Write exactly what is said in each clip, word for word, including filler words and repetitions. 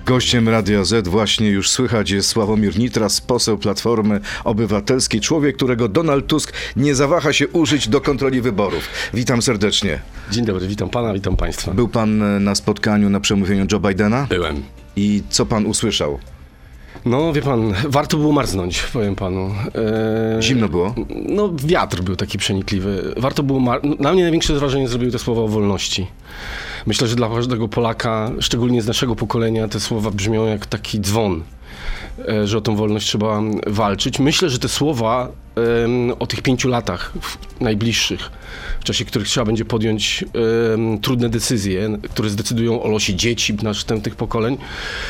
Gościem Radia Z właśnie już słychać jest Sławomir Nitras, poseł Platformy Obywatelskiej, człowiek, którego Donald Tusk nie zawaha się użyć do kontroli wyborów. Witam serdecznie. Dzień dobry, witam pana, witam państwa. Był pan na spotkaniu, na przemówieniu Joe Bidena? Byłem. I co pan usłyszał? No, wie pan, warto było marznąć, powiem panu. Eee, Zimno było? No, wiatr był taki przenikliwy. Warto było mar... Na mnie największe wrażenie zrobiły te słowa o wolności. Myślę, że dla każdego Polaka, szczególnie z naszego pokolenia, te słowa brzmią jak taki dzwon, że o tą wolność trzeba walczyć. Myślę, że te słowa um, o tych pięciu latach najbliższych, w czasie których trzeba będzie podjąć um, trudne decyzje, które zdecydują o losie dzieci następnych pokoleń,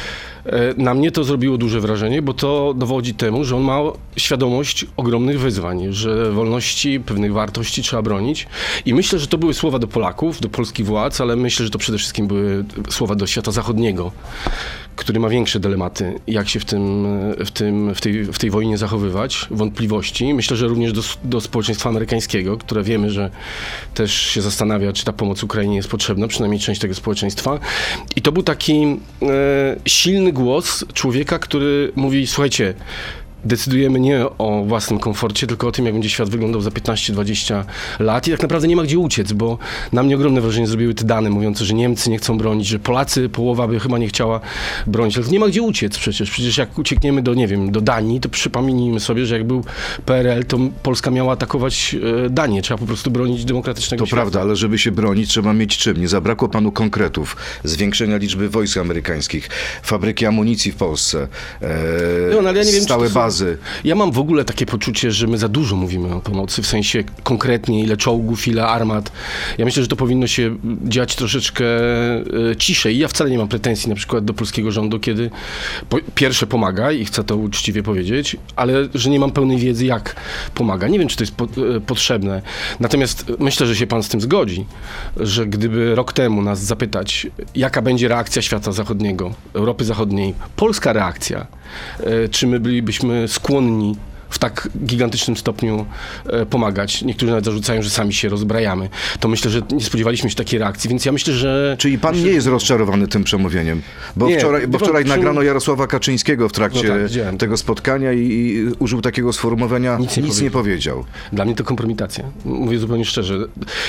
na mnie to zrobiło duże wrażenie, bo to dowodzi temu, że on ma świadomość ogromnych wyzwań, że wolności, pewnych wartości trzeba bronić. I myślę, że to były słowa do Polaków, do polskich władz, ale myślę, że to przede wszystkim były słowa do świata zachodniego, który ma większe dylematy, jak się w, tym, w, tym, w, tej, w tej wojnie zachowywać, wątpliwości. Myślę, że również do, do społeczeństwa amerykańskiego, które wiemy, że też się zastanawia, czy ta pomoc Ukrainie jest potrzebna, przynajmniej część tego społeczeństwa. I to był taki e, silny głos człowieka, który mówi, słuchajcie, decydujemy nie o własnym komforcie, tylko o tym, jak będzie świat wyglądał za piętnaście dwadzieścia lat i tak naprawdę nie ma gdzie uciec, bo na mnie ogromne wrażenie zrobiły te dane mówiące, że Niemcy nie chcą bronić, że Polacy, połowa by chyba nie chciała bronić, ale nie ma gdzie uciec przecież. Przecież jak uciekniemy do, nie wiem, do Danii, to przypomnijmy sobie, że jak był P R L, to Polska miała atakować e, Danię. Trzeba po prostu bronić demokratycznego to świata. To prawda, ale żeby się bronić, trzeba mieć czym. Nie zabrakło panu konkretów. Zwiększenia liczby wojsk amerykańskich, fabryki amunicji w Polsce, e, no, ale ja nie wiem, stałe bazy. Ja mam w ogóle takie poczucie, że my za dużo mówimy o pomocy, w sensie konkretnie ile czołgów, ile armat. Ja myślę, że to powinno się dziać troszeczkę e, ciszej. Ja wcale nie mam pretensji na przykład do polskiego rządu, kiedy po, pierwsze pomaga i chcę to uczciwie powiedzieć, ale że nie mam pełnej wiedzy, jak pomaga. Nie wiem, czy to jest po, e, potrzebne. Natomiast myślę, że się pan z tym zgodzi, że gdyby rok temu nas zapytać, jaka będzie reakcja świata zachodniego, Europy Zachodniej, polska reakcja, e, czy my bylibyśmy skłonni w tak gigantycznym stopniu e, pomagać. Niektórzy nawet zarzucają, że sami się rozbrajamy. To myślę, że nie spodziewaliśmy się takiej reakcji, więc ja myślę, że... Czyli pan myślę, nie jest rozczarowany tym przemówieniem? Bo nie, wczoraj, bo wczoraj przy... nagrano Jarosława Kaczyńskiego w trakcie no tak, tego spotkania i, i użył takiego sformułowania, nic, nie, nic powiedział. nie powiedział. Dla mnie to kompromitacja. Mówię zupełnie szczerze.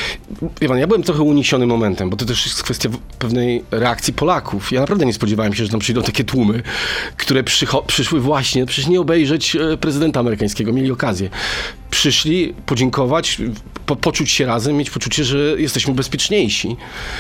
Wie pan, ja byłem trochę uniesiony momentem, bo to też jest kwestia pewnej reakcji Polaków. Ja naprawdę nie spodziewałem się, że tam przyjdą takie tłumy, które przycho- przyszły właśnie, przecież nie obejrzeć prezydenta amerykańskiego, mieli okazję. Przyszli podziękować, po, poczuć się razem, mieć poczucie, że jesteśmy bezpieczniejsi.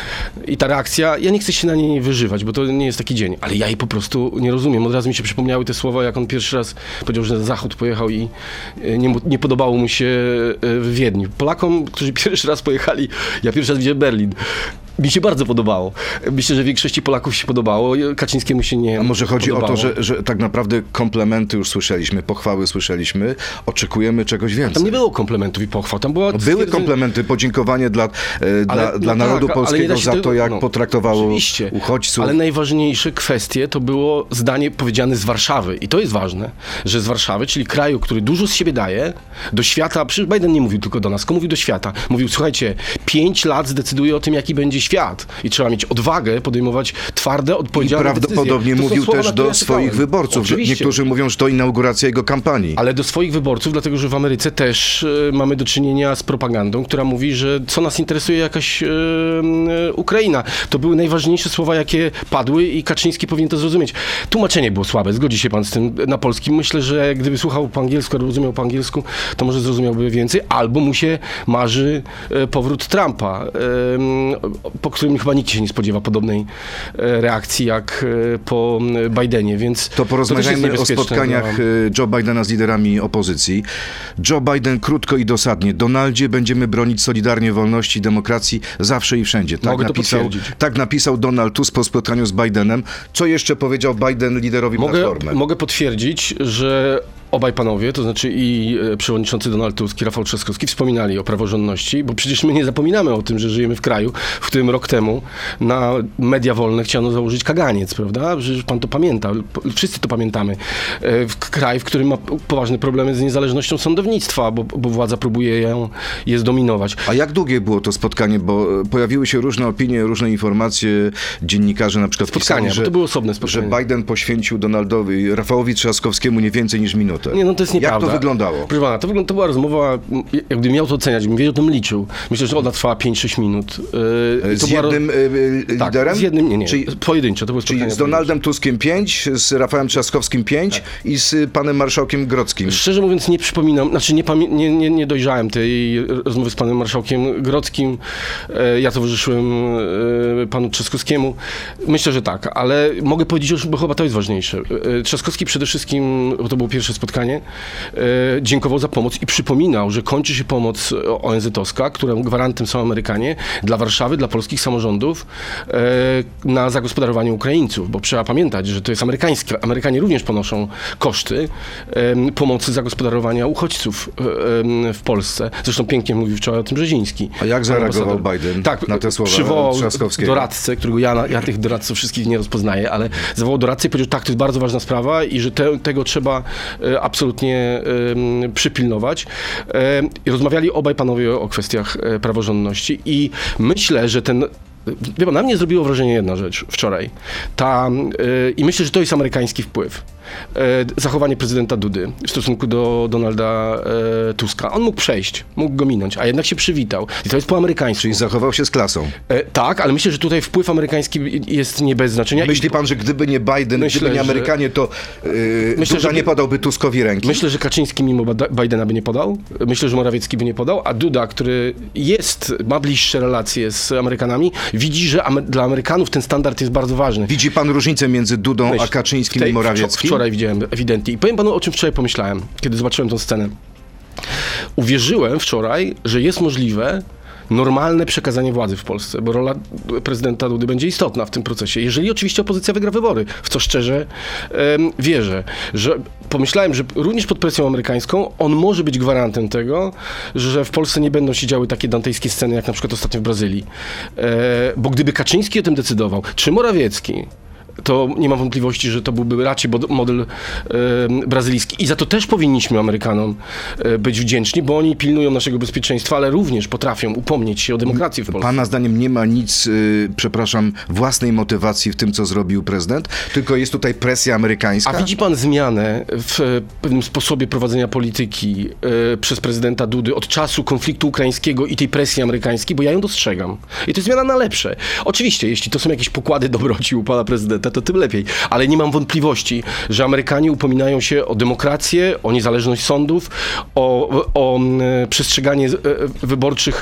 I ta reakcja, ja nie chcę się na niej wyżywać, bo to nie jest taki dzień, ale ja jej po prostu nie rozumiem. Od razu mi się przypomniały te słowa, jak on pierwszy raz powiedział, że na zachód pojechał i nie, nie podobało mu się w Wiedniu. Polakom, którzy pierwszy raz pojechali, ja pierwszy raz widziałem Berlin, mi się bardzo podobało. Myślę, że większości Polaków się podobało. Kaczyńskiemu się nie A może chodzi podobało. o to, że, że tak naprawdę komplementy już słyszeliśmy, pochwały słyszeliśmy, oczekujemy czegoś więcej. Tam nie było komplementów i pochwał. Tam była no były komplementy, podziękowanie dla, e, dla, ale, dla no narodu tak, polskiego za to, jak no, potraktowało oczywiście. uchodźców. Ale najważniejsze kwestie to było zdanie powiedziane z Warszawy. I to jest ważne, że z Warszawy, czyli kraju, który dużo z siebie daje, do świata, przecież Biden nie mówił tylko do nas, tylko mówił do świata. Mówił, słuchajcie, pięć lat zdecyduje o tym, jaki będzie świat. I trzeba mieć odwagę podejmować twarde, odpowiedzialne decyzje. I prawdopodobnie mówił słowa, też do swoich wyborców. Oczywiście. Niektórzy mówią, że to inauguracja jego kampanii. Ale do swoich wyborców, dlatego że w Ameryce też y, mamy do czynienia z propagandą, która mówi, że co nas interesuje jakaś y, y, Ukraina. To były najważniejsze słowa, jakie padły i Kaczyński powinien to zrozumieć. Tłumaczenie było słabe, zgodzi się pan z tym na polskim. Myślę, że gdyby słuchał po angielsku, albo rozumiał po angielsku, to może zrozumiałby więcej, albo mu się marzy y, powrót Trumpa, y, po którym chyba nikt się nie spodziewa podobnej reakcji jak po Bidenie, więc... To porozmawiajmy to o spotkaniach no. Joe Bidena z liderami opozycji. Joe Biden krótko i dosadnie. Donaldzie, będziemy bronić solidarnie wolności i demokracji zawsze i wszędzie. Tak, Mogę napisał, to tak napisał Donald Tusk po spotkaniu z Bidenem. Co jeszcze powiedział Biden liderowi mogę, Platformy? Mogę potwierdzić, że obaj panowie, to znaczy i e, przewodniczący Donald Tusk i Rafał Trzaskowski wspominali o praworządności, bo przecież my nie zapominamy o tym, że żyjemy w kraju, w którym rok temu na media wolne chciano założyć kaganiec, prawda? Przecież pan to pamięta, wszyscy to pamiętamy. E, w kraj, w którym ma poważne problemy z niezależnością sądownictwa, bo, bo władza próbuje ją, je zdominować. A jak długie było to spotkanie? Bo pojawiły się różne opinie, różne informacje, dziennikarze na przykład Spotkania, pisali, że, bo to było osobne spotkanie. że Biden poświęcił Donaldowi, Rafałowi Trzaskowskiemu nie więcej niż minutę. Nie, no to jest nieprawda. Jak to wyglądało? Proszę pana, to, to była rozmowa, jakbym miał to oceniać, bym wiedział, o tym liczył. Myślę, że ona trwała pięć sześć minut. Yy, Z to była jednym yy, tak, liderem? z jednym, nie, nie, Czyli, pojedyncze, to było czyli spotkanie z Donaldem Tuskiem pięć, z Rafałem Trzaskowskim pięć tak. i z panem marszałkiem Grodzkim. Szczerze mówiąc nie przypominam, znaczy nie, pamię- nie, nie, nie dojrzałem tej rozmowy z panem marszałkiem Grodzkim. E, ja towarzyszyłem e, panu Trzaskowskiemu. Myślę, że tak, ale mogę powiedzieć, bo chyba to jest ważniejsze. E, Trzaskowski przede wszystkim, bo to było pierwsze spotkanie, e, dziękował za pomoc i przypominał, że kończy się pomoc O N Z-owska, którą gwarantem są Amerykanie, dla Warszawy, dla polskich samorządów e, na zagospodarowanie Ukraińców, bo trzeba pamiętać, że to jest amerykańskie. Amerykanie również ponoszą koszty e, pomocy zagospodarowania uchodźców e, w Polsce. Zresztą pięknie mówił wczoraj o tym Brzeziński. A jak zareagował Biden tak, na te słowa przywołał Trzaskowskiego? doradcę, którego ja, ja tych doradców wszystkich nie rozpoznaję, ale zawołał doradcę i powiedział, tak, to jest bardzo ważna sprawa i że te, tego trzeba e, absolutnie e, przypilnować. E, I rozmawiali obaj panowie o kwestiach e, praworządności i myślę, że ten Wie pan, na mnie zrobiło wrażenie jedna rzecz wczoraj. Ta, yy, I myślę, że to jest amerykański wpływ. Yy, zachowanie prezydenta Dudy w stosunku do Donalda yy, Tuska. On mógł przejść, mógł go minąć, a jednak się przywitał. I to jest po amerykańsku. Czyli zachował się z klasą. Yy, tak, ale myślę, że tutaj wpływ amerykański jest nie bez znaczenia. Myśli pan, że gdyby nie Biden, myślę, gdyby nie że... Amerykanie, to yy, myślę, Duda że... nie podałby Tuskowi ręki? Myślę, że Kaczyński mimo Bidena by nie podał. Myślę, że Morawiecki by nie podał, a Duda, który jest, ma bliższe relacje z Amerykanami, widzi, że Amer- dla Amerykanów ten standard jest bardzo ważny. Widzi pan różnicę między Dudą Myśl, a Kaczyńskim tej, i Morawieckim? Wczoraj widziałem ewidentnie. I powiem panu, o czym wczoraj pomyślałem, kiedy zobaczyłem tę scenę. Uwierzyłem wczoraj, że jest możliwe normalne przekazanie władzy w Polsce, bo rola prezydenta Dudy będzie istotna w tym procesie, jeżeli oczywiście opozycja wygra wybory, w co szczerze um, wierzę. Że pomyślałem, że również pod presją amerykańską on może być gwarantem tego, że w Polsce nie będą się działy takie dantejskie sceny, jak na przykład ostatnio w Brazylii. E, bo gdyby Kaczyński o tym decydował, czy Morawiecki, to nie mam wątpliwości, że to byłby raczej model e, brazylijski. I za to też powinniśmy Amerykanom e, być wdzięczni, bo oni pilnują naszego bezpieczeństwa, ale również potrafią upomnieć się o demokrację w Polsce. Pana zdaniem nie ma nic, y, przepraszam, własnej motywacji w tym, co zrobił prezydent, tylko jest tutaj presja amerykańska? A widzi pan zmianę w pewnym sposobie prowadzenia polityki e, przez prezydenta Dudy od czasu konfliktu ukraińskiego i tej presji amerykańskiej, bo ja ją dostrzegam. I to jest zmiana na lepsze. Oczywiście, jeśli to są jakieś pokłady dobroci u pana prezydenta, to tym lepiej. Ale nie mam wątpliwości, że Amerykanie upominają się o demokrację, o niezależność sądów, o, o e, przestrzeganie e, wyborczych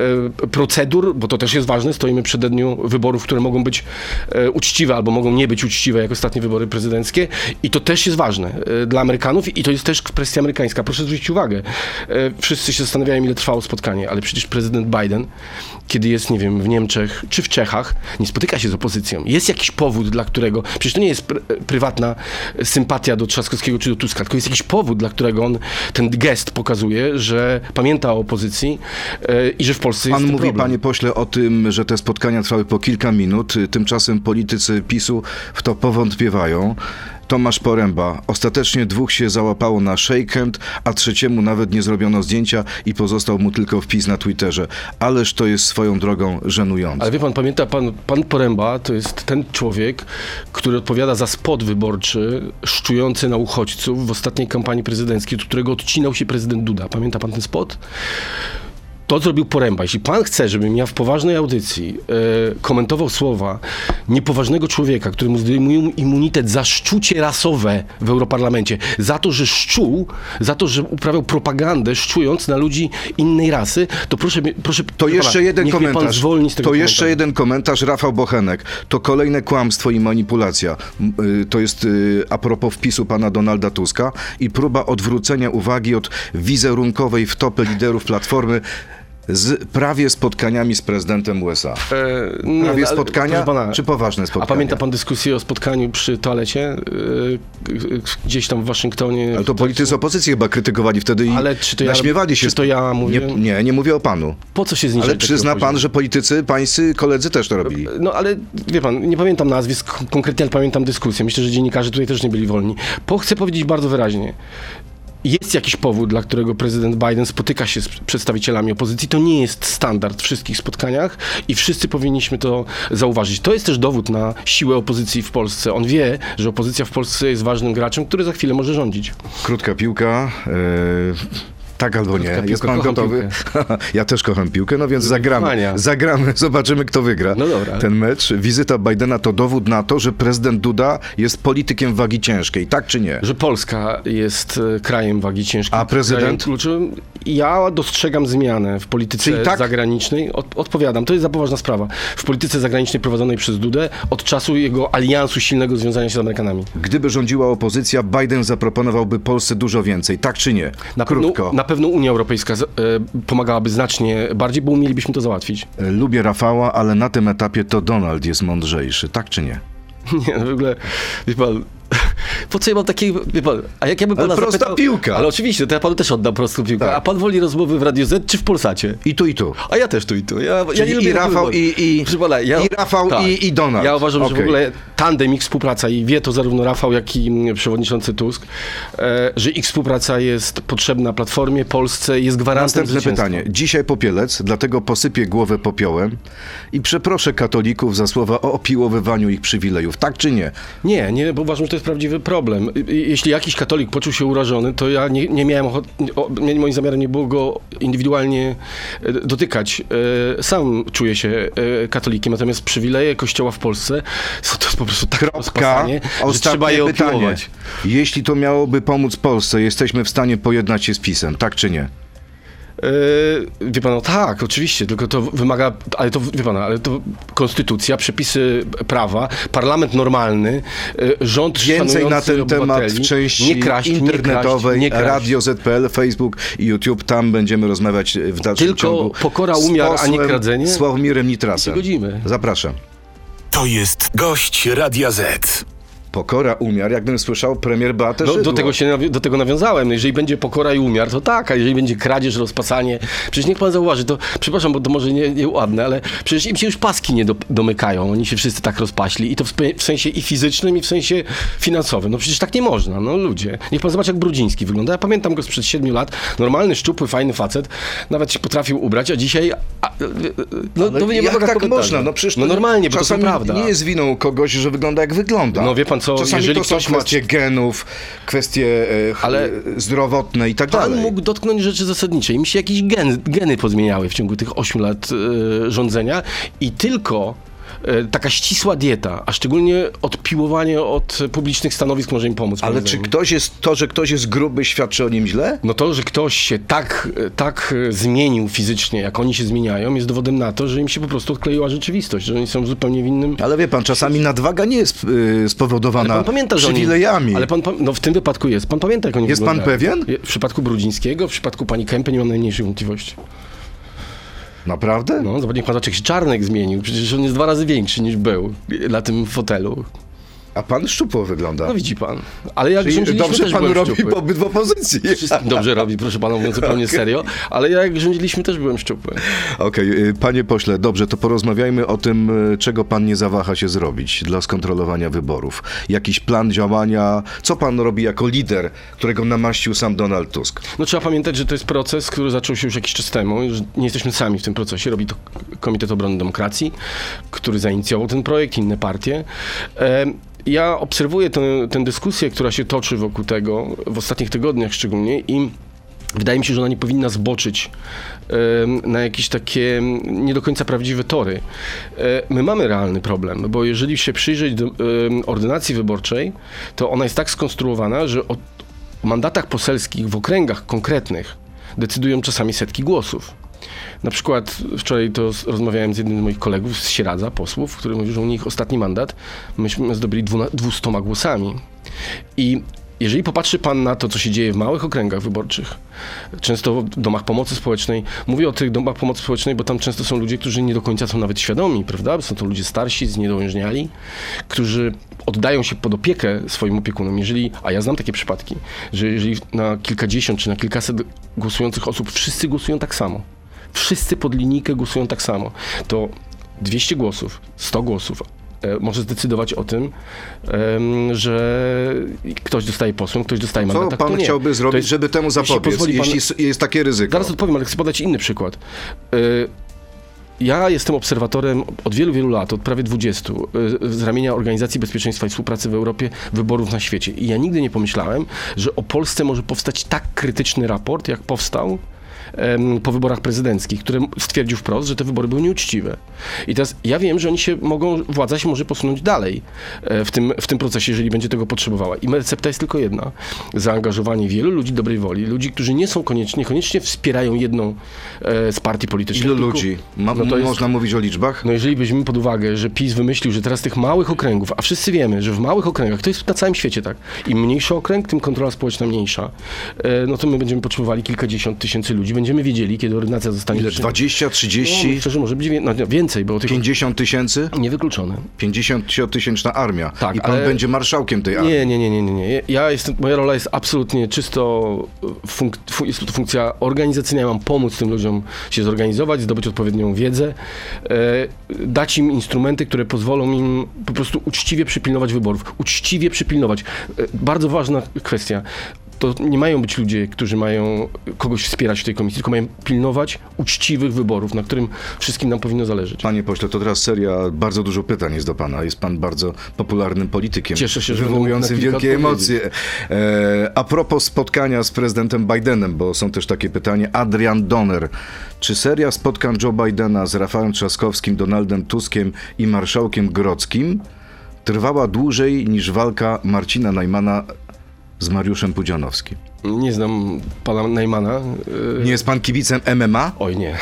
e, procedur, bo to też jest ważne. Stoimy przed dniu wyborów, które mogą być e, uczciwe albo mogą nie być uczciwe, jak ostatnie wybory prezydenckie. I to też jest ważne e, dla Amerykanów i to jest też kwestia amerykańska. Proszę zwrócić uwagę. E, wszyscy się zastanawiają, ile trwało spotkanie, ale przecież prezydent Biden, kiedy jest, nie wiem, w Niemczech czy w Czechach, nie spotyka się z opozycją. Jest jakiś powód, dla którego, przecież to nie jest pr- prywatna sympatia do Trzaskowskiego czy do Tuska, tylko jest jakiś powód, dla którego on ten gest pokazuje, że pamięta o opozycji e, i że w Polsce jest Pan mówi, problem. panie pośle, o tym, że te spotkania trwały po kilka minut, tymczasem politycy PiSu w to powątpiewają. Tomasz Poręba. Ostatecznie dwóch się załapało na shake hand, a trzeciemu nawet nie zrobiono zdjęcia i pozostał mu tylko wpis na Twitterze. Ależ to jest swoją drogą żenujące. Ale wie pan, pamięta pan, pan Poręba to jest ten człowiek, który odpowiada za spot wyborczy szczujący na uchodźców w ostatniej kampanii prezydenckiej, od którego odcinał się prezydent Duda. Pamięta pan ten spot? To zrobił Poręba. Jeśli pan chce, żebym ja w poważnej audycji e, komentował słowa niepoważnego człowieka, któremu zdejmują immunitet za szczucie rasowe w Europarlamencie, za to, że szczuł, za to, że uprawiał propagandę, szczując na ludzi innej rasy, to proszę, proszę To jeszcze pana, jeden niech mnie pan komentarz. zwolni z tego To jeszcze komentarza. jeden komentarz. Rafał Bochenek. To kolejne kłamstwo i manipulacja. M, y, To jest y, a propos wpisu pana Donalda Tuska i próba odwrócenia uwagi od wizerunkowej wtopy liderów Platformy. z prawie spotkaniami z prezydentem U S A. E, nie, prawie ale, spotkania, pana, czy poważne spotkania? A pamięta pan dyskusję o spotkaniu przy toalecie? E, gdzieś tam w Waszyngtonie? Ale to politycy opozycji chyba krytykowali wtedy i ale czy to ja, naśmiewali się. Czy to ja mówię? Nie, nie, nie mówię o panu. Po co się zniżać? Ale przyzna pan, że politycy, pańscy koledzy też to robili. No ale wie pan, nie pamiętam nazwisk konkretnie, ale pamiętam dyskusję. Myślę, że dziennikarze tutaj też nie byli wolni. Po, chcę powiedzieć bardzo wyraźnie. Jest jakiś powód, dla którego prezydent Biden spotyka się z przedstawicielami opozycji. To nie jest standard w wszystkich spotkaniach i wszyscy powinniśmy to zauważyć. To jest też dowód na siłę opozycji w Polsce. On wie, że opozycja w Polsce jest ważnym graczem, który za chwilę może rządzić. Krótka piłka. Yy... Tak albo nie. Piłka, jest pan gotowy? Piłkę. Ja też kocham piłkę, no więc zagramy. Mania. Zagramy, zobaczymy kto wygra no dobra. ten mecz. Wizyta Bidena to dowód na to, że prezydent Duda jest politykiem wagi ciężkiej, tak czy nie? Że Polska jest krajem wagi ciężkiej. A prezydent? Kluczowym. Ja dostrzegam zmianę w polityce tak? zagranicznej. Od, odpowiadam, to jest za poważna sprawa. W polityce zagranicznej prowadzonej przez Dudę od czasu jego aliansu silnego związania się z Amerykanami. Gdyby rządziła opozycja, Biden zaproponowałby Polsce dużo więcej, tak czy nie? Na Krótko. Pewno, na pewno Unia Europejska z, e, pomagałaby znacznie bardziej, bo umielibyśmy to załatwić. Lubię Rafała, ale na tym etapie to Donald jest mądrzejszy, tak czy nie? Nie, no w ogóle, wie pan, po co ja mam takiego, wie pan, a jak ja bym pana ale prosta zapytał, piłka. Ale oczywiście, to ja panu też oddam prostą piłkę. Tak. A pan woli rozmowy w Radio Z czy w Polsacie? I tu, i tu. A ja też tu, i tu. Ja, ja Czyli nie lubię i Rafał, i, i, Proszę pana, ja, i Rafał, tak. i, i Donald. Ja uważam, okay. że w ogóle tandem, ich współpraca, i wie to zarówno Rafał, jak i przewodniczący Tusk, e, że ich współpraca jest potrzebna Platformie, Polsce, jest gwarantem Następne zwycięstwa. pytanie. Dzisiaj Popielec, dlatego posypię głowę popiołem i przeproszę katolików za słowa o opiłowywaniu ich przywilejów. Tak czy nie? Nie, nie, bo uważam, że to jest prawdziwy problem. Jeśli jakiś katolik poczuł się urażony, to ja nie, nie miałem ochoty, moim zamiarem nie było go indywidualnie dotykać. Sam czuję się katolikiem, natomiast przywileje Kościoła w Polsce to jest po prostu tak rozpasanie, że trzeba je opiłować. Jeśli to miałoby pomóc Polsce, jesteśmy w stanie pojednać się z PiS-em, tak czy nie? Yy, wie pan, no tak, oczywiście, tylko to wymaga, ale to, wie pan, ale to konstytucja, przepisy prawa, parlament normalny, yy, rząd Więcej na ten temat w części nie kraść, internetowej, nie kraść, nie kraść. Radio Z kropka P L, Facebook i YouTube, tam będziemy rozmawiać w dalszym tylko ciągu. Tylko pokora, umiar, a nie kradzenie. Sławomirem Nitrasem. Godzimy. Zapraszam. To jest gość Radia Z. Pokora, umiar, jakbym słyszał premier Beatę No, Szydło. do tego się do tego nawiązałem. No, jeżeli będzie pokora i umiar, to tak, a jeżeli będzie kradzież, rozpasanie, przecież niech pan zauważy, to przepraszam, bo to może nie, nie ładne, ale przecież im się już paski nie do, domykają, oni się wszyscy tak rozpaśli i to w, w sensie i fizycznym, i w sensie finansowym. No przecież tak nie można, no ludzie. Niech pan zobaczy, jak Brudziński wygląda. Ja pamiętam go sprzed siedmiu lat, normalny, szczupły, fajny facet, nawet się potrafił ubrać, a dzisiaj a, no, ale to nie jak wymaga tak komentarza. można? No przecież no normalnie, bo czasami to prawda. nie jest winą kogoś, że wygląda jak wygląda. No wie pan co, czasami jeżeli to są ktoś ma... kwestie genów, kwestie e, ale zdrowotne i tak pan dalej. mógł dotknąć rzeczy zasadniczej. Mi się jakieś gen, geny pozmieniały w ciągu tych ośmiu lat e, rządzenia i tylko e, taka ścisła dieta, a szczególnie odpiłowanie od publicznych stanowisk może im pomóc. Ale czy ktoś jest, to, że ktoś jest gruby, świadczy o nim źle? No to, że ktoś się tak, tak zmienił fizycznie, jak oni się zmieniają, jest dowodem na to, że im się po prostu odkleiła rzeczywistość, że oni są w zupełnie w innym... Ale wie pan, czasami nadwaga nie jest y, spowodowana ale pan pamięta, że przywilejami. Oni, ale pan, no w tym wypadku jest. Pan pamięta, jak oni Jest wyglądają. pan pewien? W przypadku Brudzińskiego, w przypadku pani Kępy nie mam najmniejszych wątpliwości. Naprawdę? No, zobacz, niech pan zobaczy, jak się Czarnek zmienił. Przecież on jest dwa razy większy niż był na tym fotelu. A pan szczupło wygląda. No widzi pan. Ale jak Czyli rządziliśmy, dobrze też pan byłem robi szczupły. pobyt w opozycji. Wszystkim dobrze robi, proszę pana, mówiąc zupełnie Okay. serio. Ale ja jak rządziliśmy, też byłem szczupły. Okej, okay. Panie pośle, dobrze, to porozmawiajmy o tym, czego pan nie zawaha się zrobić dla skontrolowania wyborów. Jakiś plan działania, co pan robi jako lider, którego namaścił sam Donald Tusk? No trzeba pamiętać, że to jest proces, który zaczął się już jakiś czas temu, że nie jesteśmy sami w tym procesie. Robi to Komitet Obrony Demokracji, który zainicjował ten projekt, inne partie. E- Ja obserwuję tę, tę dyskusję, która się toczy wokół tego, w ostatnich tygodniach szczególnie, i wydaje mi się, że ona nie powinna zboczyć y, na jakieś takie nie do końca prawdziwe tory. Y, my mamy realny problem, bo jeżeli się przyjrzeć do y, ordynacji wyborczej, to ona jest tak skonstruowana, że o mandatach poselskich w okręgach konkretnych decydują czasami setki głosów. Na przykład wczoraj to rozmawiałem z jednym z moich kolegów z Sieradza, posłów, który mówił, że u nich ostatni mandat myśmy zdobyli dwunastoma głosami. I jeżeli popatrzy pan na to, co się dzieje w małych okręgach wyborczych, często w domach pomocy społecznej, mówię o tych domach pomocy społecznej, bo tam często są ludzie, którzy nie do końca są nawet świadomi, prawda? Są to ludzie starsi, zniedołężniali, którzy oddają się pod opiekę swoim opiekunom. Jeżeli, a ja znam takie przypadki, że jeżeli na kilkadziesiąt czy na kilkaset głosujących osób wszyscy głosują tak samo, wszyscy pod linijkę głosują tak samo, to dwieście głosów, sto głosów może zdecydować o tym, że ktoś dostaje posłem, ktoś dostaje mandat. Co pan tak, chciałby zrobić, jest, żeby temu zapobiec, jeśli, pan, jeśli jest takie ryzyko? Zaraz odpowiem, ale chcę podać inny przykład. Ja jestem obserwatorem od wielu, wielu lat, od prawie dwudziestu, z ramienia Organizacji Bezpieczeństwa i Współpracy w Europie, wyborów na świecie. I ja nigdy nie pomyślałem, że o Polsce może powstać tak krytyczny raport, jak powstał po wyborach prezydenckich, który stwierdził wprost, że te wybory były nieuczciwe. I teraz ja wiem, że oni się mogą, władza się może posunąć dalej w tym, w tym procesie, jeżeli będzie tego potrzebowała. I recepta jest tylko jedna. Zaangażowanie wielu ludzi dobrej woli, ludzi, którzy nie są koniecznie, niekoniecznie wspierają jedną z partii politycznych. Ilu tylko, ludzi? Ma, no to jest, można mówić o liczbach? No jeżeli weźmiemy pod uwagę, że PiS wymyślił, że teraz tych małych okręgów, a wszyscy wiemy, że w małych okręgach, to jest na całym świecie tak, im mniejszy okręg, tym kontrola społeczna mniejsza, no to my będziemy potrzebowali kilkadziesiąt tysięcy ludzi. Będziemy wiedzieli, kiedy ordynacja zostanie... Ile? dwadzieścia, trzydzieści? No, myślę, że może być wie... no, więcej, bo... Tych... pięćdziesiąt tysięcy? Niewykluczone. pięćdziesięciotysięczna armia. Tak, i pan ale... będzie marszałkiem tej armii. Nie, nie, nie, nie, nie, nie. Ja jestem, moja rola jest absolutnie czysto... Funk... Jest to funkcja organizacyjna. Ja mam pomóc tym ludziom się zorganizować, zdobyć odpowiednią wiedzę, e, dać im instrumenty, które pozwolą im po prostu uczciwie przypilnować wyborów. Uczciwie przypilnować. E, bardzo ważna kwestia. To nie mają być ludzie, którzy mają kogoś wspierać w tej komisji, tylko mają pilnować uczciwych wyborów, na którym wszystkim nam powinno zależeć. Panie pośle, to teraz seria, bardzo dużo pytań jest do pana. Jest pan bardzo popularnym politykiem. Cieszę się, że wywołującym wielkie emocje. E, a propos spotkania z prezydentem Bidenem, bo są też takie pytania. Adrian Donner. Czy seria spotkań Joe Bidena z Rafałem Trzaskowskim, Donaldem Tuskiem i marszałkiem Grodzkim trwała dłużej niż walka Marcina Najmana z Mariuszem Pudzianowskim? Nie znam pana Najmana. Nie jest pan kibicem M M A? Oj nie.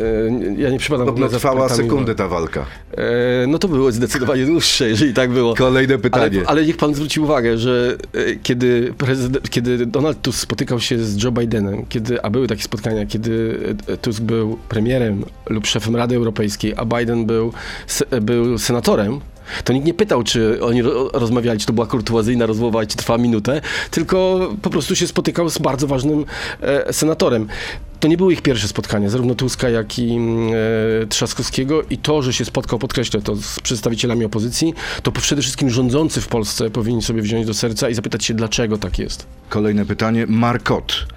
Ja nie przypadam... Podobno trwała sekundę ta walka. No to było zdecydowanie dłuższe, jeżeli tak było. Kolejne pytanie. Ale, ale niech pan zwróci uwagę, że kiedy, prezydent, kiedy Donald Tusk spotykał się z Joe Bidenem, kiedy, a były takie spotkania, kiedy Tusk był premierem lub szefem Rady Europejskiej, a Biden był, był senatorem, to nikt nie pytał, czy oni rozmawiali, czy to była kurtuazyjna rozmowa, czy trwała minutę, tylko po prostu się spotykał z bardzo ważnym e, senatorem. To nie były ich pierwsze spotkania, zarówno Tuska, jak i e, Trzaskowskiego, i to, że się spotkał, podkreślę to, z przedstawicielami opozycji, to przede wszystkim rządzący w Polsce powinni sobie wziąć do serca i zapytać się, dlaczego tak jest. Kolejne pytanie. Markot.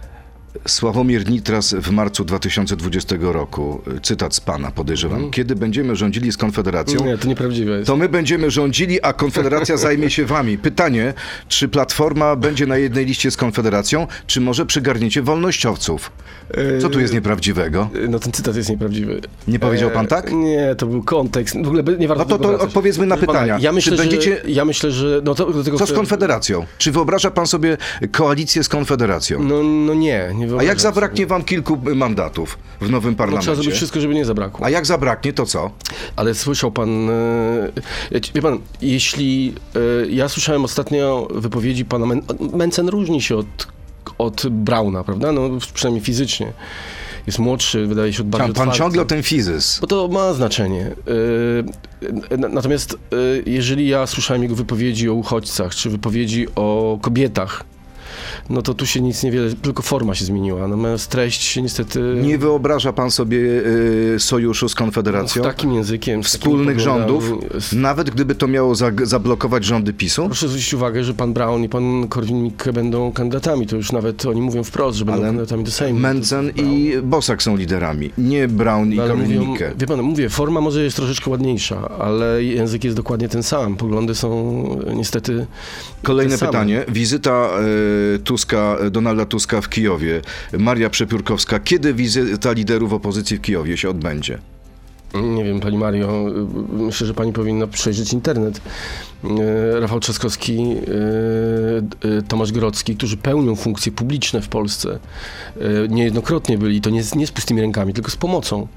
Sławomir Nitras w marcu dwa tysiące dwudziestego roku, cytat z pana, podejrzewam, mm. kiedy będziemy rządzili z Konfederacją, nie, to nieprawdziwe jest. To my będziemy rządzili, a Konfederacja zajmie się wami. Pytanie, czy Platforma będzie na jednej liście z Konfederacją, czy może przygarniecie wolnościowców? Co tu jest nieprawdziwego? No ten cytat jest nieprawdziwy. Nie powiedział pan tak? Nie, to był kontekst. W ogóle nie warto. No to, to odpowiedzmy na pytania. Pana, ja myślę, czy będziecie... że, ja myślę, że... No to, do tego Co z Konfederacją? Czy wyobraża pan sobie koalicję z Konfederacją? No, no nie, nie A jak zabraknie sobie. wam kilku mandatów w nowym parlamencie? No, trzeba zrobić wszystko, żeby nie zabrakło. A jak zabraknie, to co? Ale słyszał pan... Wie pan, jeśli... Ja słyszałem ostatnio wypowiedzi pana... Mencen różni się od, od Brauna, prawda? No przynajmniej fizycznie. Jest młodszy, wydaje się, od bardziej Pan otwarty. ciągle o ten fizys. Bo to ma znaczenie. Natomiast jeżeli ja słyszałem jego wypowiedzi o uchodźcach, czy wypowiedzi o kobietach, no to tu się nic niewiele, tylko forma się zmieniła. Natomiast treść się niestety... Nie wyobraża pan sobie y, sojuszu z Konfederacją? No, takim językiem. Wspólnych rządów? Z... Nawet gdyby to miało za, zablokować rządy PiSu? Proszę zwrócić uwagę, że pan Braun i pan Korwin-Mikke będą kandydatami. To już nawet oni mówią wprost, że będą ale kandydatami do Sejmu. Mencen i Bosak są liderami. Nie Braun i Korwin-Mikke. Wie pan, mówię, forma może jest troszeczkę ładniejsza, ale język jest dokładnie ten sam. Poglądy są niestety Kolejne pytanie. Wizyta y, Tuska, Donalda Tuska w Kijowie. Maria Przepiórkowska. Kiedy wizyta liderów opozycji w Kijowie się odbędzie? Nie wiem, pani Mario, myślę, że pani powinna przejrzeć internet. Rafał Trzaskowski, Tomasz Grodzki, którzy pełnią funkcje publiczne w Polsce, niejednokrotnie byli, to nie z, nie z pustymi rękami, tylko z pomocą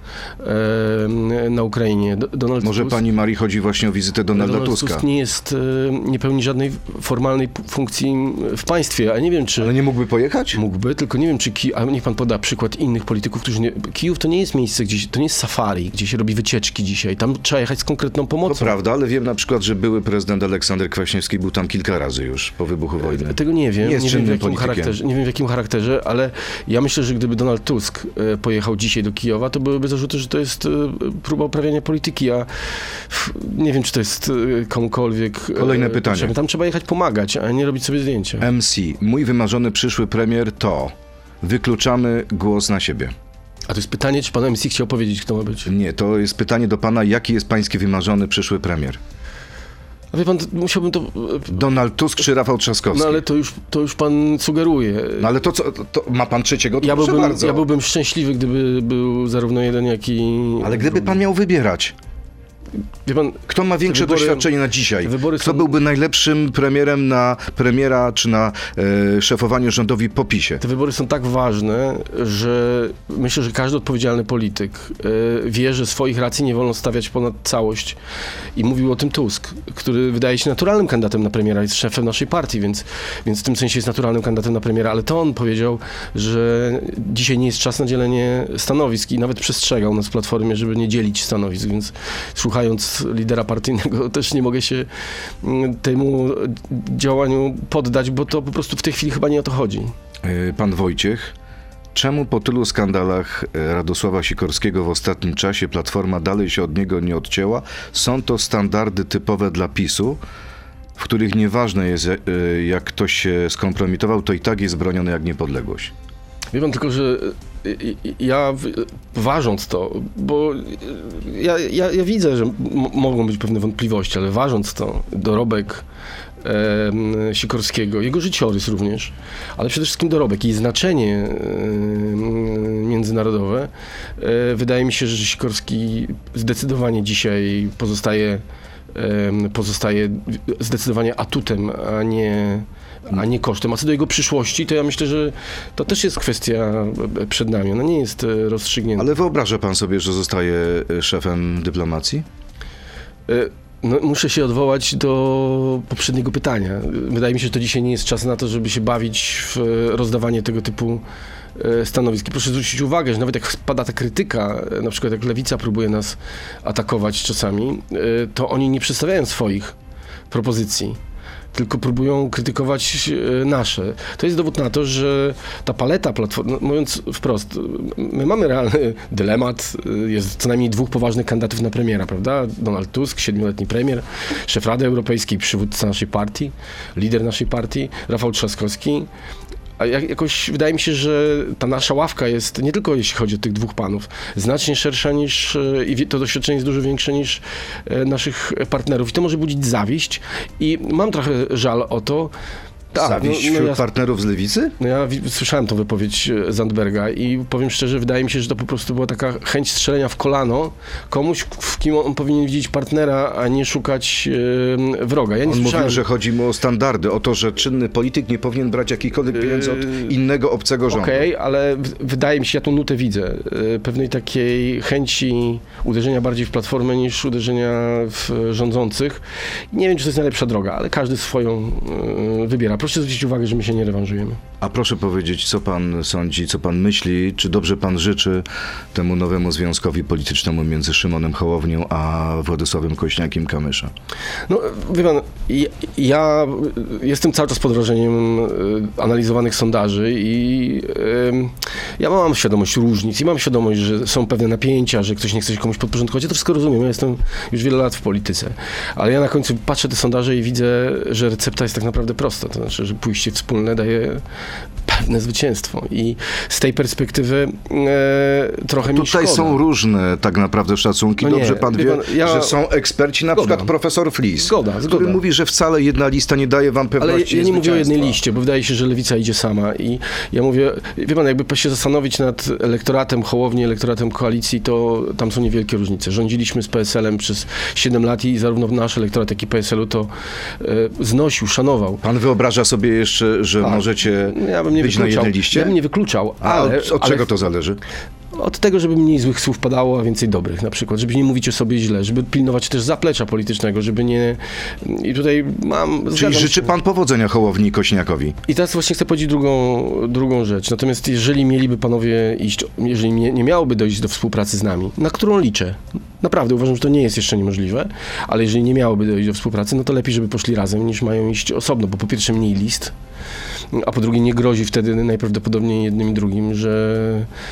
na Ukrainie. Donald Może Tusk, pani Marii chodzi właśnie o wizytę Donalda Donald Tuska. Tusk nie jest, nie pełni żadnej formalnej funkcji w państwie, a nie wiem, czy... Ale nie mógłby pojechać? Mógłby, tylko nie wiem, czy Kijów, a niech pan poda przykład innych polityków, którzy nie... Kijów to nie jest miejsce, gdzie, to nie jest safari, gdzie się robi wycieczki dzisiaj. Tam trzeba jechać z konkretną pomocą. To prawda, ale wiem na przykład, że były prezydent Aleksander Kwaśniewski był tam kilka razy już po wybuchu wojny. Tego nie wiem, Nie jest nie wiem, w jakim politykiem. charakterze, nie wiem w jakim charakterze, ale ja myślę, że gdyby Donald Tusk e, pojechał dzisiaj do Kijowa, to byłyby zarzuty, że to jest e, próba uprawiania polityki, a f, nie wiem, czy to jest e, komukolwiek... Kolejne e, pytanie. potrzebne. Tam trzeba jechać pomagać, a nie robić sobie zdjęcia. M C. Mój wymarzony przyszły premier to... Wykluczamy głos na siebie. A to jest pytanie, czy pan M C chciał powiedzieć, kto ma być? Nie, to jest pytanie do pana, jaki jest pański wymarzony przyszły premier? A wie pan, to, musiałbym to... Donald Tusk czy Rafał Trzaskowski? No ale to już, to już pan sugeruje. No ale to co, to ma pan trzeciego? To Ja proszę byłbym, bardzo. ja byłbym szczęśliwy, gdyby był zarówno jeden, jak i... Ale gdyby pan miał wybierać, Wie pan, kto ma większe wybory- doświadczenie na dzisiaj? te wybory Kto są- byłby najlepszym premierem na premiera czy na e, szefowanie rządowi po PiSie? te wybory są tak ważne, że myślę, że każdy odpowiedzialny polityk e, wie, że swoich racji nie wolno stawiać ponad całość. I mówił o tym Tusk, który wydaje się naturalnym kandydatem na premiera, jest szefem naszej partii, więc, więc w tym sensie jest naturalnym kandydatem na premiera, ale to on powiedział, że dzisiaj nie jest czas na dzielenie stanowisk i nawet przestrzegał nas w Platformie, żeby nie dzielić stanowisk, więc słuchając lidera partyjnego też nie mogę się mm, temu działaniu poddać, bo to po prostu w tej chwili chyba nie o to chodzi. E, Pan Wojciech, czemu po tylu skandalach e, Radosława Sikorskiego w ostatnim czasie Platforma dalej się od niego nie odcięła? Są to standardy typowe dla PiSu, w których nieważne jest, e, jak ktoś się skompromitował, to i tak jest broniony jak niepodległość. Wie pan tylko, że y, y, ja w- ważąc to, bo y, ja, ja, ja widzę, że m- mogą być pewne wątpliwości, ale ważąc to, dorobek em, Sikorskiego, jego życiorys również, ale przede wszystkim dorobek i znaczenie em, międzynarodowe, e, wydaje mi się, że Sikorski zdecydowanie dzisiaj pozostaje em, pozostaje zdecydowanie atutem, a nie, a nie kosztem. A co do jego przyszłości, to ja myślę, że to też jest kwestia e, przed nami. Ona nie jest e, rozstrzygnięta. Ale wyobraża pan sobie, że zostaje e, szefem dyplomacji? E, No, muszę się odwołać do poprzedniego pytania. Wydaje mi się, że to dzisiaj nie jest czas na to, żeby się bawić w e, rozdawanie tego typu e, stanowisk. I proszę zwrócić uwagę, że nawet jak spada ta krytyka, e, na przykład jak Lewica próbuje nas atakować czasami, e, to oni nie przedstawiają swoich propozycji, tylko próbują krytykować e, nasze. To jest dowód na to, że ta paleta platform, no, mówiąc wprost, my mamy realny dylemat, e, jest co najmniej dwóch poważnych kandydatów na premiera, prawda? Donald Tusk, siedmioletni premier, szef Rady Europejskiej, przywódca naszej partii, lider naszej partii, Rafał Trzaskowski. A jak, jakoś wydaje mi się, że ta nasza ławka jest, nie tylko jeśli chodzi o tych dwóch panów, znacznie szersza niż, e, i wie- to doświadczenie jest dużo większe niż e, naszych partnerów. I to może budzić zawiść. I mam trochę żal o to. Tak, Zawiść no, no wśród ja, partnerów z Lewicy? no ja wi- słyszałem tą wypowiedź e, Zandberga i powiem szczerze, wydaje mi się, że to po prostu była taka chęć strzelenia w kolano komuś, w kim on powinien widzieć partnera, a nie szukać e, wroga. Ja nie On słyszałem. mówił, że chodzi mu o standardy, o to, że czynny polityk nie powinien brać jakichkolwiek pieniędzy od Yy, innego obcego rządu. Okej, ale w- wydaje mi się, ja tą nutę widzę, y, pewnej takiej chęci uderzenia bardziej w Platformę niż uderzenia w rządzących. Nie wiem, czy to jest najlepsza droga, ale każdy swoją y, wybiera. Proszę zwrócić uwagę, że my się nie rewanżujemy. A proszę powiedzieć, co pan sądzi, co pan myśli, czy dobrze pan życzy temu nowemu związkowi politycznemu między Szymonem Hołownią a Władysławem Kośniakiem-Kamysza? No, wie pan, ja, ja jestem cały czas pod wrażeniem y, analizowanych sondaży i y, ja mam świadomość różnic i mam świadomość, że są pewne napięcia, że ktoś nie chce się komuś podporządkować. Ja to wszystko rozumiem, ja jestem już wiele lat w polityce, ale ja na końcu patrzę te sondaże i widzę, że recepta jest tak naprawdę prosta, to znaczy, że pójście wspólne daje pewne zwycięstwo. I z tej perspektywy e, trochę mi Tutaj szkoda. są różne tak naprawdę szacunki. No nie, Dobrze pan wie wie, pan, ja- że są eksperci, na Zgoda. przykład profesor Flis, Zgoda, który zgoda. mówi, że wcale jedna lista nie daje wam Ale pewności ja nie mówię o jednej zwycięstwa. liście, bo wydaje się, że lewica idzie sama i ja mówię, wie pan, jakby się zastanowić nad elektoratem Hołowni, elektoratem koalicji, to tam są niewielkie różnice. Rządziliśmy z P S L-em przez siedem lat i zarówno nasz elektorat, jak i P S L-u to e, znosił, szanował. Pan wyobraża sobie jeszcze, że Tak. możecie Ja bym nie być na wykluczał. jednej liście? Ja bym nie wykluczał, A ale... od, od ale czego to zależy? Od tego, żeby mniej złych słów padało, a więcej dobrych na przykład, żeby nie mówić o sobie źle, żeby pilnować też zaplecza politycznego, żeby nie... I tutaj mam... Czyli zgadzam życzy się. pan powodzenia Hołowni i Kośniakowi? I teraz właśnie chcę powiedzieć drugą, drugą rzecz. Natomiast jeżeli mieliby panowie iść, jeżeli nie, nie miałoby dojść do współpracy z nami, na którą liczę, naprawdę uważam, że to nie jest jeszcze niemożliwe, ale jeżeli nie miałoby dojść do współpracy, no to lepiej, żeby poszli razem, niż mają iść osobno, bo po pierwsze mniej list, a po drugie nie grozi wtedy najprawdopodobniej jednym i drugim, że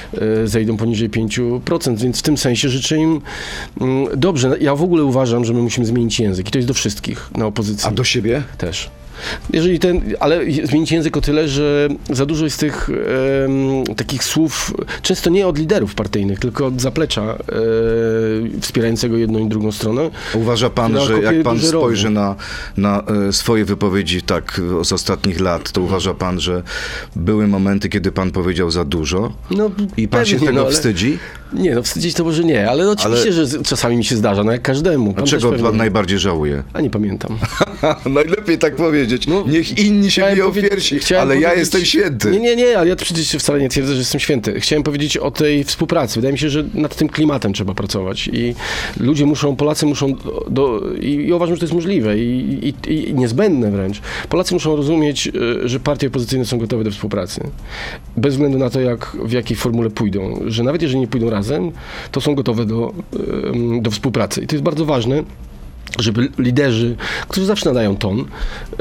e, zejdą poniżej pięć procent, więc w tym sensie życzę im mm, dobrze. Ja w ogóle uważam, że my musimy zmienić język i to jest do wszystkich na opozycji. A do siebie? Też. Jeżeli ten, ale zmienić język o tyle, że za dużo jest tych em, takich słów, często nie od liderów partyjnych, tylko od zaplecza e, wspierającego jedną i drugą stronę. Uważa pan, która że kopiuje jak pan duże rowy. spojrzy na, na e, swoje wypowiedzi tak e, z ostatnich lat, to uważa pan, że były momenty, kiedy pan powiedział za dużo? No, I pan się pewnie, tego no, ale- wstydzi? Nie, no wstydzić to może nie, ale no, oczywiście, Ale- że z- czasami mi się zdarza, no jak każdemu. A Pan czego też pan pewnie- najbardziej żałuje? A nie pamiętam. Najlepiej tak powiedzieć. No, Niech inni się Chciałem biją w powiedzieć- piersi, chciałem ale ja powiedzieć- jestem święty. Nie, nie, nie, ale ja przecież wcale nie twierdzę, że jestem święty. Chciałem powiedzieć o tej współpracy. Wydaje mi się, że nad tym klimatem trzeba pracować i ludzie muszą, Polacy muszą, do, i, i uważam, że to jest możliwe i, i, i niezbędne wręcz. Polacy muszą rozumieć, y, że partie opozycyjne są gotowe do współpracy. Bez względu na to, jak, w jakiej formule pójdą. Że nawet jeżeli nie pójdą razem, to są gotowe do, y, do współpracy. I to jest bardzo ważne, żeby liderzy, którzy zawsze nadają ton, em,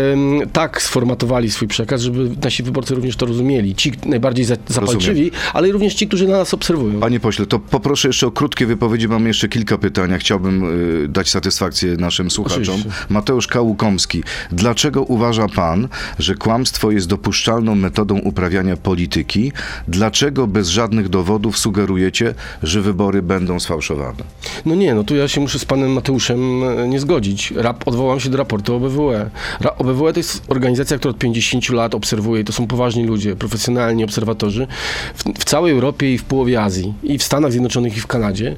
tak sformatowali swój przekaz, żeby nasi wyborcy również to rozumieli. Ci najbardziej za, zapalczywi, ale również ci, którzy nas obserwują. Panie pośle, to poproszę jeszcze o krótkie wypowiedzi. Mam jeszcze kilka pytań. Ja chciałbym y, dać satysfakcję naszym słuchaczom. Oczywiście. Mateusz Kałukomski. Dlaczego uważa pan, że kłamstwo jest dopuszczalną metodą uprawiania polityki? Dlaczego bez żadnych dowodów sugerujecie, że wybory będą sfałszowane? No nie, no tu ja się muszę z panem Mateuszem e, nie zgodzić. Rap, odwołam się do raportu O B W E. Ra, O B W E to jest organizacja, która od pięćdziesięciu lat obserwuje, i to są poważni ludzie, profesjonalni obserwatorzy w, w całej Europie i w połowie Azji, i w Stanach Zjednoczonych, i w Kanadzie.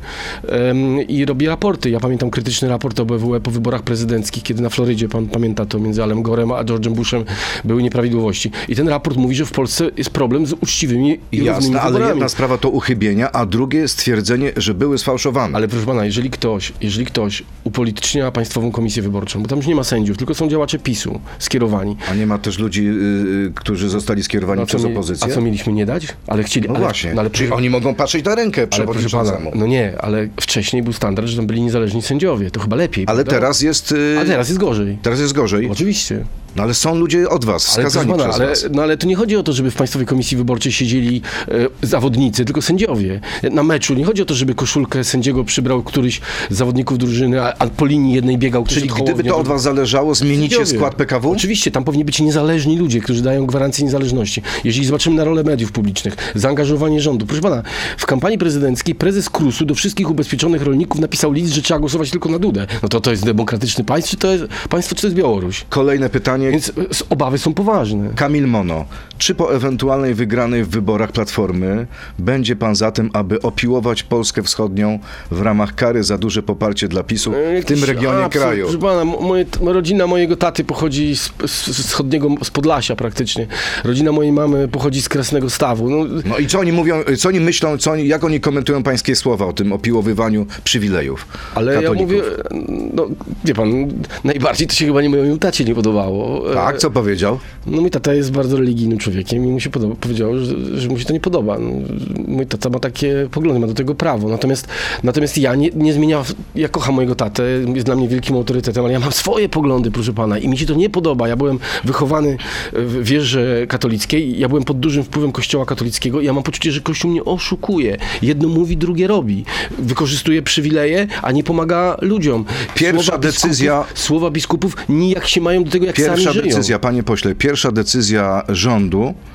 Em, I robi raporty. Ja pamiętam krytyczny raport O B W E po wyborach prezydenckich, kiedy na Florydzie, pan pamięta to, między Alem Gorem a George'em Bushem były nieprawidłowości. I ten raport mówi, że w Polsce jest problem z uczciwymi i równymi Jasne, ale wyborami. jedna sprawa to uchybienia, a drugie stwierdzenie, że były sfałszowane. Ale proszę pana, jeżeli ktoś, jeżeli ktoś upolitycznia Państwową Komisję Wyborczą, bo tam już nie ma sędziów, tylko są działacze PiSu skierowani. A nie ma też ludzi, y, y, którzy zostali skierowani No, a co przez mi- opozycję? A co mieliśmy nie dać? Ale chcieli. No ale, właśnie. No, ale, Czyli proszę- oni mogą patrzeć na rękę ale proszę pana, przewodniczącemu. no nie, ale wcześniej był standard, że tam byli niezależni sędziowie. To chyba lepiej. Ale prawda? teraz jest... y, A teraz jest gorzej. Teraz jest gorzej. Oczywiście. No ale są ludzie od was, Ale, skazani proszę pana, przez ale, was. no ale to nie chodzi o to, żeby w Państwowej Komisji Wyborczej siedzieli e, zawodnicy, tylko sędziowie. Na meczu nie chodzi o to, żeby koszulkę sędziego przybrał któryś z zawodników drużyny, a, a po linii jednej biegał ktoś Czyli od gdyby Hołowni, to a od was zależało, zmienicie Sędziowie. skład P K W? Oczywiście, tam powinni być niezależni ludzie, którzy dają gwarancję niezależności. Jeżeli zobaczymy na rolę mediów publicznych, zaangażowanie rządu. Proszę pana, w kampanii prezydenckiej prezes KRUS-u do wszystkich ubezpieczonych rolników napisał list, że trzeba głosować tylko na Dudę. No to to jest demokratyczny państwo, czy to jest państwo, czy to jest Białoruś? Kolejne pytanie. Więc e, s- obawy są poważne. Kamil Mono. Czy po ewentualnej wygranej w wyborach Platformy będzie pan za tym, aby opiłować Polskę Wschodnią w ramach kary za duże poparcie dla PiSu w tym Jakiś regionie absurd. kraju? Proszę pana, mo- moje, t- rodzina mojego taty pochodzi z, z, z wschodniego, z Podlasia praktycznie. Rodzina mojej mamy pochodzi z Krasnego Stawu. No, No i co oni mówią, co oni myślą, co oni, jak oni komentują pańskie słowa o tym opiłowywaniu przywilejów ale katolików? ja mówię, no wie pan, najbardziej to się chyba nie mojemu tacie nie podobało. Tak, co powiedział? No mój tata jest bardzo religijnym człowiekiem i mu się podoba, powiedział, że, że mu się to nie podoba. No, mój tata ma takie poglądy, ma do tego prawo. Natomiast, natomiast ja nie, nie zmieniam, ja kocham mojego tatę, jest dla mnie wielkim autorytetem, ale ja mam swoje poglądy, proszę pana, i mi się to nie podoba. Ja byłem wychowany w wierze katolickiej, ja byłem pod dużym wpływem kościoła katolickiego i ja mam poczucie, że kościół mnie oszukuje. Jedno mówi, drugie robi. Wykorzystuje przywileje, a nie pomaga ludziom. Pierwsza Słowa decyzja- Biskupów, słowa biskupów nijak się mają do tego, jak Pierwsza sami żyją. decyzja, panie pośle, pierwsza decyzja rządu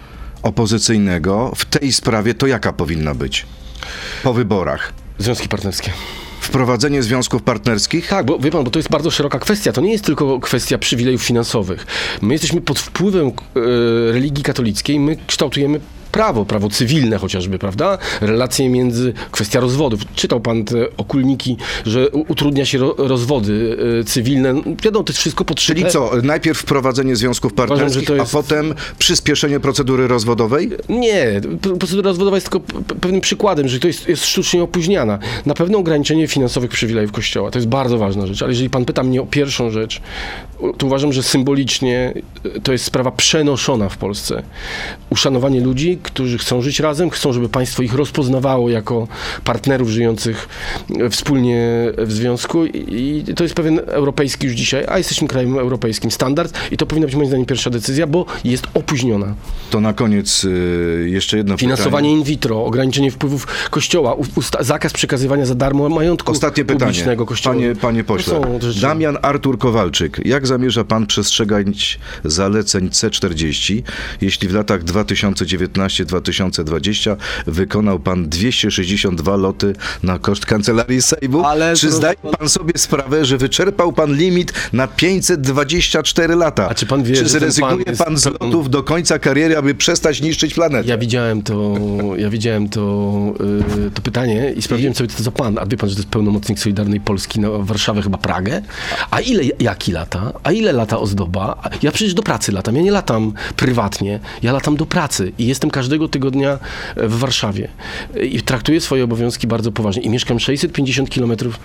opozycyjnego w tej sprawie to jaka powinna być? Po wyborach. Związki partnerskie. Wprowadzenie związków partnerskich? Tak, bo wie pan, bo to jest bardzo szeroka kwestia. To nie jest tylko kwestia przywilejów finansowych. My jesteśmy pod wpływem e, religii katolickiej, my kształtujemy prawo, prawo cywilne chociażby, prawda? Relacje między, kwestia rozwodów. Czytał pan te okulniki, że utrudnia się ro, rozwody y, cywilne. Wiadomo, to jest wszystko potrzebne. Czyli co, najpierw wprowadzenie związków partnerskich, Uważam, jest... a potem przyspieszenie procedury rozwodowej? Nie, procedura rozwodowa jest tylko p- pewnym przykładem, że to jest, jest sztucznie opóźniana. Na pewno ograniczenie finansowych przywilejów Kościoła. To jest bardzo ważna rzecz, ale jeżeli pan pyta mnie o pierwszą rzecz, to uważam, że symbolicznie to jest sprawa przenoszona w Polsce. Uszanowanie ludzi, którzy chcą żyć razem, chcą, żeby państwo ich rozpoznawało jako partnerów żyjących wspólnie w związku i to jest pewien europejski już dzisiaj, a jesteśmy krajem europejskim, standard i to powinna być moim zdaniem pierwsza decyzja, bo jest opóźniona. To na koniec y, jeszcze jedno Finansowanie pytanie. in vitro, ograniczenie wpływów Kościoła, usta- zakaz przekazywania za darmo majątku Ostatnie pytanie, publicznego Kościoła. panie, panie pośle. To są rzeczy- Damian Artur Kowalczyk, jak zamierza pan przestrzegać zaleceń C czterdzieści, jeśli w latach dwa tysiące dziewiętnasty do dwa tysiące dwudziestego wykonał pan dwieście sześćdziesiąt dwa loty na koszt Kancelarii Sejmu? Ale czy proszę zdaje pan- pan sobie sprawę, że wyczerpał pan limit na pięćset dwadzieścia cztery lata? A czy pan wie, czy że ten zrezygnuje pan pan, jest z pełną- lotów do końca kariery, aby przestać niszczyć planetę? Ja widziałem to, ja widziałem to, y, to pytanie i sprawdziłem sobie, co to za pan. A wie pan, że to jest pełnomocnik Solidarnej Polski na Warszawę, chyba Pragę? A ile, jaki lata? A ile lata ozdoba? A ja przecież do pracy latam. Ja nie latam prywatnie. Ja latam do pracy i jestem każdego tygodnia w Warszawie. I traktuję swoje obowiązki bardzo poważnie. I mieszkam sześćset pięćdziesiąt kilometrów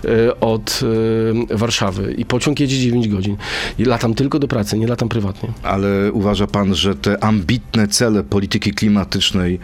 od y, Warszawy. I pociąg jedzie dziewięć godzin. I latam tylko do pracy, nie latam prywatnie. Ale uważa pan, że te ambitne cele polityki klimatycznej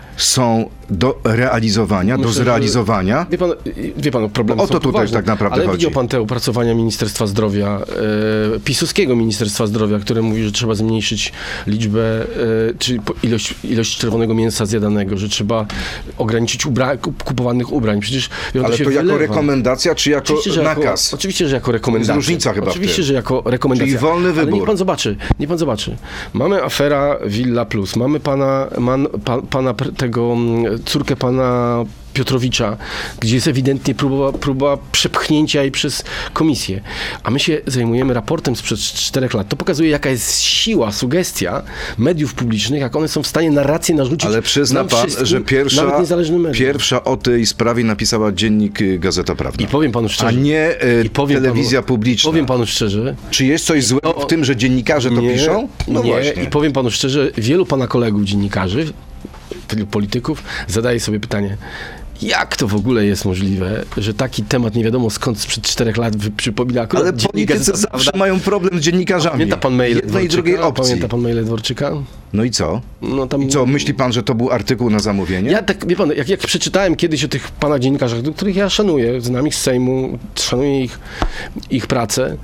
są do realizowania, Myślę, do że- zrealizowania? Wie pan, wie pan, problemy Bo o są to tutaj poważne, tak naprawdę ale chodzi. widział pan te opracowania Ministerstwa Zdrowia, e, pisowskiego Ministerstwa Zdrowia, które mówi, że trzeba zmniejszyć liczbę, e, czy po- ilość, ilość czerwonego mięsa zjadanego, że trzeba ograniczyć ubra- kup- kupowanych ubrań. Przecież wie pan, Ale się to jako wylewa. rekomendacja, czy jako Oczywiście, że jako, nakaz? oczywiście, że jako rekomendacja. Jest różnica chyba w Oczywiście, tym. że jako rekomendacja. Czyli wolny Ale wybór. niech pan zobaczy, niech pan zobaczy. Mamy afera Villa Plus, mamy pana, man, pa, pana pr- tego, mm, córkę pana Piotrowicza, gdzie jest ewidentnie próba, próba przepchnięcia jej przez komisję. A my się zajmujemy raportem sprzed czterech lat. To pokazuje, jaka jest siła, sugestia mediów publicznych, jak one są w stanie narrację narzucić. Ale przyzna nam pan, wszystkim, że pierwsza, nawet niezależnym mediom. pierwsza o tej sprawie napisała dziennik y, Gazeta Prawna. I powiem panu szczerze. A nie y, I powiem telewizja panu, publiczna. Powiem panu szczerze. Czy jest coś złego w tym, że dziennikarze to nie, piszą? No nie. właśnie. I powiem panu szczerze, wielu pana kolegów dziennikarzy, wielu polityków zadaje sobie pytanie, jak to w ogóle jest możliwe, że taki temat nie wiadomo skąd sprzed czterech lat wy- przypomina akurat Ale dziennik politycy Gazeta zawsze Prawna. mają problem z dziennikarzami. Pamięta pan maile Jednej i Dworczyka? drugiej opcji. Pamięta pan maile Dworczyka? No i co? No tam... I co, myśli pan, że to był artykuł na zamówienie? Ja tak, wie pan, jak, jak przeczytałem kiedyś o tych panach dziennikarzach, do których ja szanuję, znam ich z Sejmu, szanuję ich, ich pracę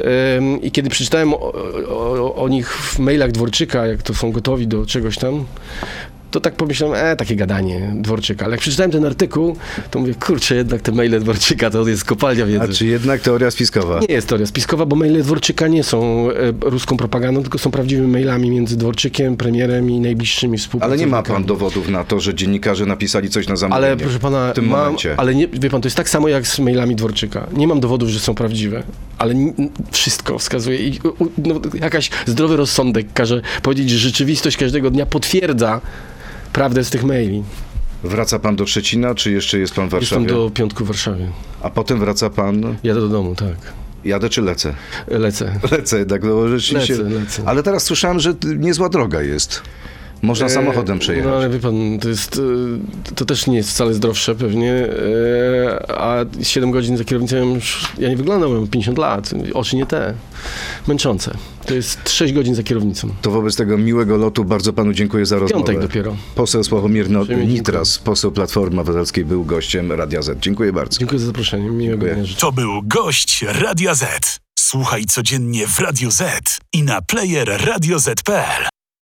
ym, i kiedy przeczytałem o, o, o nich w mailach Dworczyka, jak to są gotowi do czegoś tam, to tak pomyślałem, e, takie gadanie Dworczyka. Ale jak przeczytałem ten artykuł, to mówię, kurczę, jednak te maile Dworczyka to jest kopalnia wiedzy. A czy jednak teoria spiskowa? Nie jest teoria spiskowa, bo maile Dworczyka nie są e, ruską propagandą, tylko są prawdziwymi mailami między Dworczykiem, premierem i najbliższymi współpracownikami. Ale nie ma pan dowodów na to, że dziennikarze napisali coś na zamówienie. Ale proszę pana, w tym mam, momencie. ale nie, wie pan, to jest tak samo jak z mailami Dworczyka. Nie mam dowodów, że są prawdziwe, ale n- wszystko wskazuje i u, u, no, jakaś zdrowy rozsądek każe powiedzieć, że rzeczywistość każdego dnia potwierdza prawdę z tych maili. Wraca pan do Szczecina, czy jeszcze jest pan w Warszawie? Jestem do piątku w Warszawie. A potem wraca pan... Jadę do domu, tak. Jadę czy lecę? Lecę. Lecę, tak no rzeczywiście. Lecę, lecę. Ale teraz słyszałem, że t- niezła droga jest. Można E, samochodem przejechać. No ale wie pan, to jest, e, to też nie jest wcale zdrowsze pewnie, e, a siedem godzin za kierownicą już, ja nie wyglądam, mam pięćdziesiąt lat, oczy nie te, męczące. To jest sześć godzin za kierownicą. To wobec tego miłego lotu bardzo panu dziękuję za rozmowę. Piątek dopiero. Poseł Sławomir no- Uprzejmie Nitras, poseł Platformy Obywatelskiej, był gościem Radia Z. Dziękuję bardzo. Dziękuję za zaproszenie, miłego Dziękuję. dnia życzę. To był gość Radia Z. Słuchaj codziennie w Radio Z i na player radio zet kropka pe el.